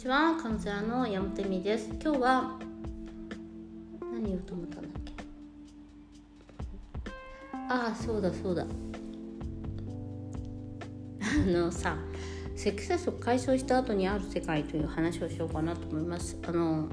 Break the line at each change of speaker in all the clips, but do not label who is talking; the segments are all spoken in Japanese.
ちは、カウンセラーの山本恵美です。今日は何言おうと思ったんだっけ。そうだセックスレスを解消した後にある世界という話をしようかなと思います。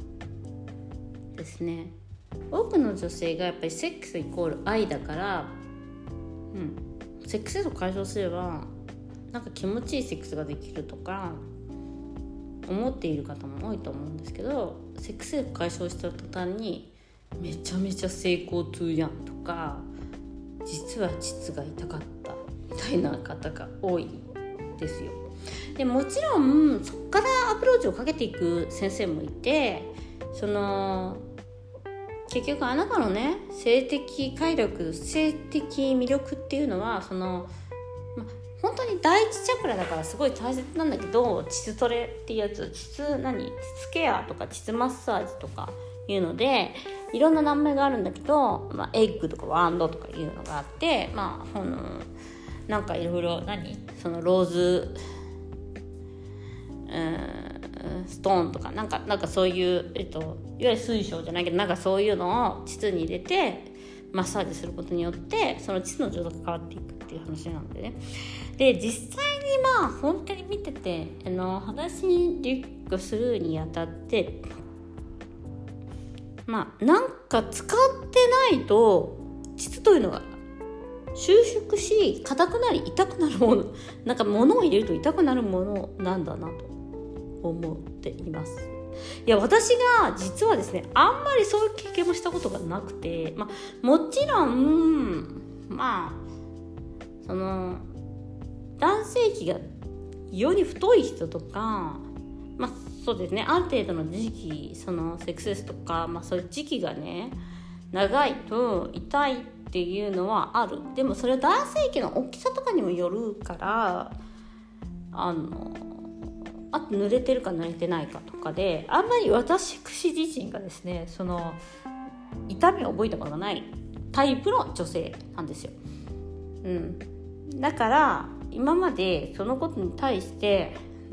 ですね、多くの女性がやっぱりセックスイコール愛だから、セックスレスを解消すればなんか気持ちいいセックスができるとか思っている方も多いと思うんですけど、セックスレスを解消した途端にめちゃめちゃ成功痛やんとか、実は膣が痛かったみたいな方が多いですよ。でもちろんそこからアプローチをかけていく先生もいて、結局あなたのね、性的快楽、性的魅力っていうのは本当に第一チャクラだからすごい大切なんだけど、膣トレっていうやつ、膣ケアとか膣マッサージとかいうのでいろんな名前があるんだけど、エッグとかワンドとかいうのがあって、なんかいろいろそのローズストーンとかなんかそういう、いわゆる水晶じゃないけどなんかそういうのを膣に入れてマッサージすることによってその膣の状態が変わっていくっていう話なんでね。で実際に本当に見てて話にリュックするにあたってなんか使ってないと膣というのが収縮し硬くなり痛くなるもの、なんか物を入れると痛くなるものなんだなと思っています。いや、私が実はですね、あんまりそういう経験もしたことがなくて、もちろんその男性器がより太い人とか、そうですね、ある程度の時期、そのセックスレスとか、そういう時期がね長いと痛いっていうのはある。でもそれは男性器の大きさとかにもよるから、あと濡れてるか濡れてないかとかで、あんまり私自身がですね、その痛みを覚えたことがないタイプの女性なんですよ。だから今までそのことに対して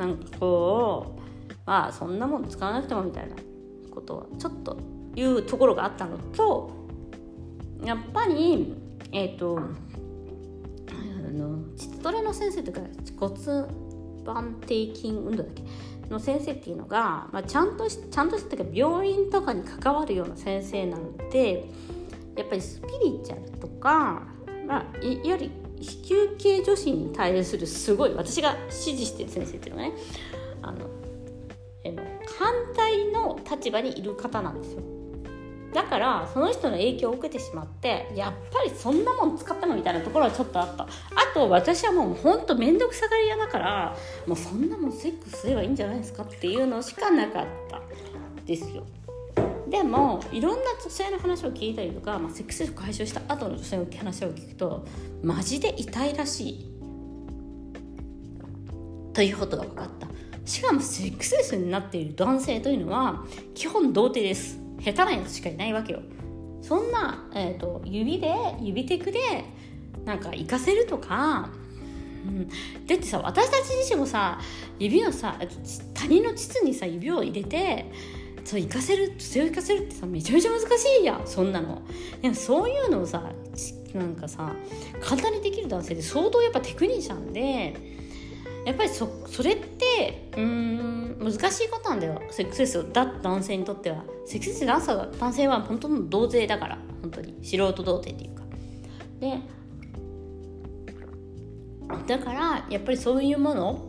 そんなもん使わなくてもみたいなことはちょっというところがあったのと、やっぱり膣トレの先生とか骨盤底筋運動だっけの先生っていうのが、ちゃんとしたというか病院とかに関わるような先生なので、やっぱりスピリチュアルとか、いわゆる子宮系女子に対するすごい私が支持している先生っていうのがね、反対の立場にいる方なんですよ。だからその人の影響を受けてしまって、やっぱりそんなもん使ってもみたいなところはちょっとあった。あと私はもうほんとめんどくさがり屋だから、もうそんなもんセックスすればいいんじゃないですかっていうのしかなかったですよ。でもいろんな女性の話を聞いたりとか、セックスレス解消した後の女性の話を聞くとマジで痛いらしいということが分かった。しかもセックスレスになっている男性というのは基本童貞です。下手なやつしかいないわけよ。そんな、指テクでなんか活かせるとか、だってさ、私たち自身もさ、指をさ他人の膣にさ指を入れてそう活かせるってさ、めちゃめちゃ難しいやん、そんなの。でもそういうのをさ、なんかさ簡単にできる男性で相当やっぱテクニシャンで、やっぱりそれって難しいことなんだよ。セックスレス男性にとっては、セックスレス男性は本当の童貞だから、本当に素人童貞っていうかで、だからやっぱりそういうもの、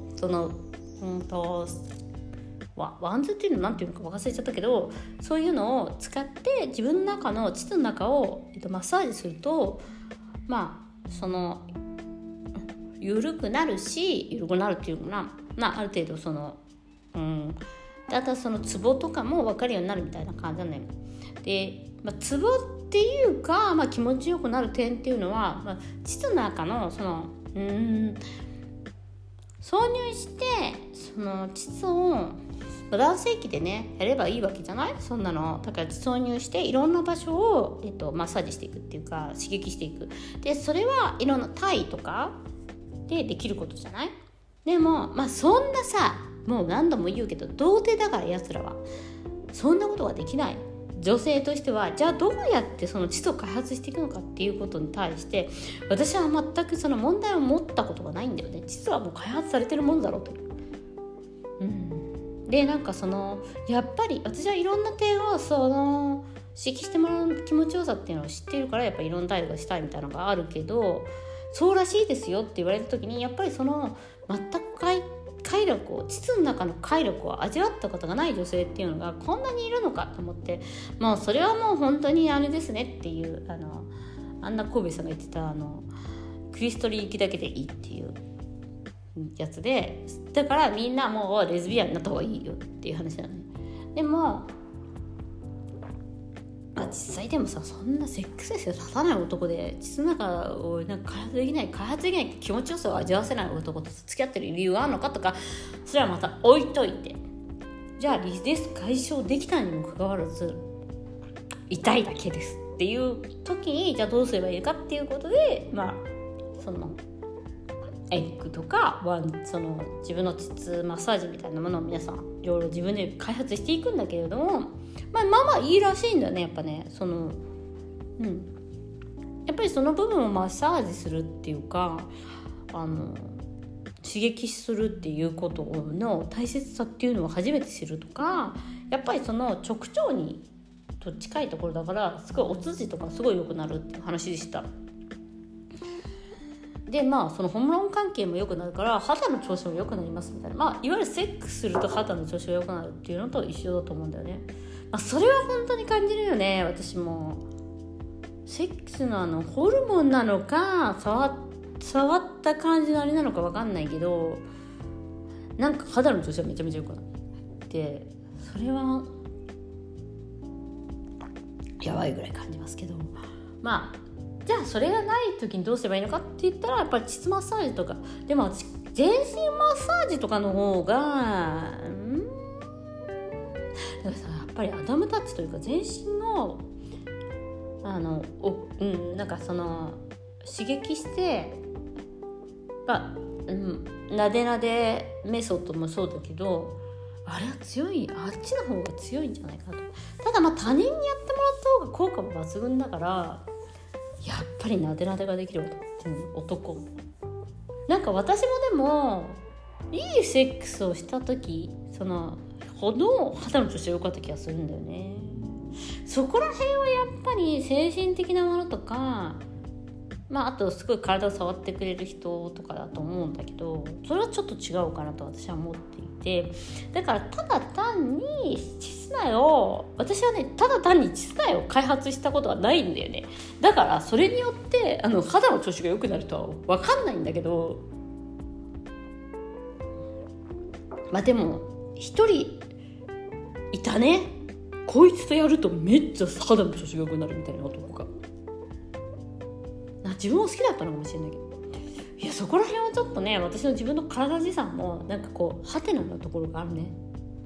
ワンズっていうのなんていうのか忘れちゃったけど、そういうのを使って自分の中の膣の中を、マッサージすると緩くなるっていうのかな、ある程度だからそのツボとかも分かるようになるみたいな感じなんだよ。で、ツボっていうか、気持ちよくなる点っていうのは、膣の中の挿入してその膣を男性器でねやればいいわけじゃない、そんなの。だから挿入していろんな場所を、マッサージしていくっていうか刺激していく。でそれはいろんな体位とかでできることじゃない。でもそんなさもう何度も言うけど童貞だから、やつらはそんなことができない。女性としてはじゃあどうやってその膣を開発していくのかっていうことに対して私は全くその問題を持ったことがないんだよね。膣はもう開発されてるものだろうと、でなんかそのやっぱり私はいろんな点をその指摘してもらう気持ちよさっていうのを知っているから、やっぱりいろんな態度がしたいみたいなのがあるけど、そうらしいですよって言われた時にやっぱりその全く快楽を、膣の中の快楽を味わったことがない女性っていうのがこんなにいるのかと思って、もうそれはもう本当にあれですねっていう、あんな神戸さんが言ってたクリストリー行きだけでいいっていうやつで、だからみんなもうレズビアンになった方がいいよっていう話なのね。でも実際でもさ、そんなセックスレスが立たない男で膣の中をなんか開発できない気持ちよさを味わわせない男と付き合ってる理由があるのかとか、それはまた置いといて、じゃあリス解消できたにもかかわらず痛いだけですっていう時にじゃあどうすればいいかっていうことで、そのエッグとかその自分の膣マッサージみたいなものを皆さんいろいろ自分で開発していくんだけれども、まあいいらしいんだよね。やっぱね、そのやっぱりその部分をマッサージするっていうか刺激するっていうことの大切さっていうのを初めて知るとか、やっぱりその直腸にと近いところだからすごいお通じとかすごい良くなるっていう話でした。でそのホルモン関係も良くなるから肌の調子も良くなりますみたいな、いわゆるセックスすると肌の調子が良くなるっていうのと一緒だと思うんだよね。それは本当に感じるよね。私もセックスのホルモンなのか触った感じのあれなのか分かんないけど、なんか肌の調子はめちゃめちゃ良くなって、それはやばいぐらい感じますけど、じゃあそれがない時にどうすればいいのかって言ったら、やっぱり膣マッサージとか、でも私全身マッサージとかの方がだからさ、やっぱりアダムタッチというか全身のなんかその刺激してなでなでメソッドもそうだけど、あれは強い、あっちの方が強いんじゃないかと。ただ他人にやってもらった方が効果も抜群だから、やっぱりなでなでができる男、なんか私もでもいいセックスをした時そのほど肌の調子が良かった気がするんだよね。そこら辺はやっぱり精神的なものとか、あとすごい体を触ってくれる人とかだと思うんだけど、それはちょっと違うかなと私は思っていて、だからただ単に膣内を、私はねただ単に膣内を開発したことはないんだよね。だからそれによって肌の調子が良くなるとは分かんないんだけど、でも一人いたね、こいつとやるとめっちゃ肌の調子が良くなるみたいな男が。自分も好きだったのかもしれないけど、いやそこら辺はちょっとね、私の自分の体持参もなんかこうハテナなところがあるね。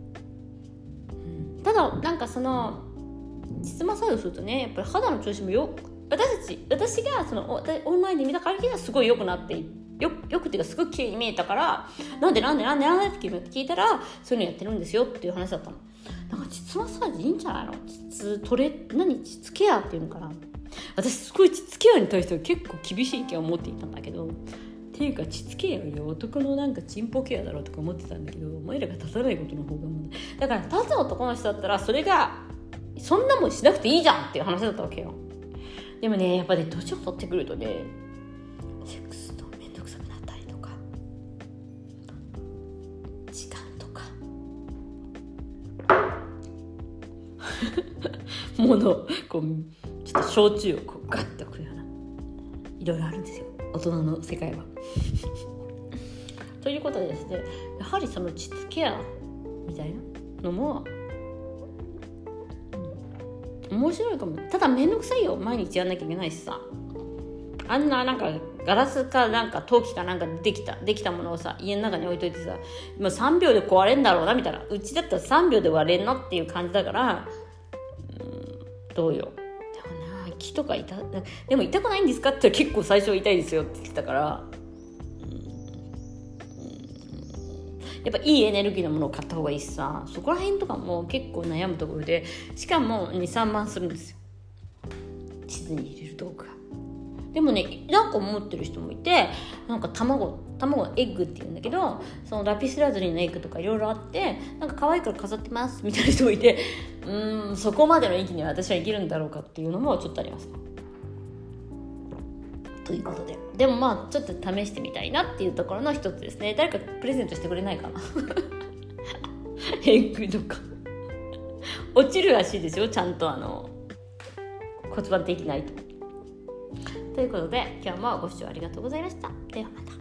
ただなんかその膣マッサージをするとね、やっぱり肌の調子も私がそのオンラインで見た限りはすごい良くなってよくっていうかすごい綺麗に見えたから、なんでって聞いたら、そういうのやってるんですよっていう話だったの。なんか膣マッサージいいんじゃないの？膣ケアっていうのかな。私すごい膣ケアに対しては結構厳しい意見を持っていたんだけど、っていうか膣ケアより男のなんかチンポケアだろうとか思ってたんだけど、お前らが立たないことの方が問題だから、立つ男の人だったらそれがそんなもんしなくていいじゃんっていう話だったわけよ。でもね、やっぱね年を取ってくるとね、セックスのめんどくさくなったりとか、時間とかものこうちょっと焼酎をこうガッとくるような、いろいろあるんですよ、大人の世界はということでですね、やはりその膣ケアみたいなのも、面白いかも。ただめんどくさいよ、毎日やんなきゃいけないしさ、あんななんかガラスかなんか陶器かなんかできたものをさ家の中に置いといてさ、もう3秒で壊れんだろうなみたいな、うちだったら3秒で割れんのっていう感じだから、どうよ。でもな、木とかでも痛くないんですかって結構最初痛いですよって言ってたから、 やっぱいいエネルギーのものを買った方がいいしさ、そこら辺とかも結構悩むところで、しかも 2,3 万するんですよ、地図に入れる道具が。でもね、なんか思ってる人もいて、なんか卵エッグって言うんだけど、そのラピスラズリのエッグとかいろいろあって、なんか可愛いから飾ってますみたいな人もいて、そこまでの域には私は生きるんだろうかっていうのもちょっとありますね。ということで、でもまあちょっと試してみたいなっていうところの一つですね。誰かプレゼントしてくれないかなエッグとか落ちるらしいですよ、ちゃんと骨盤的ないと。ということで、今日もご視聴ありがとうございました。ではまた。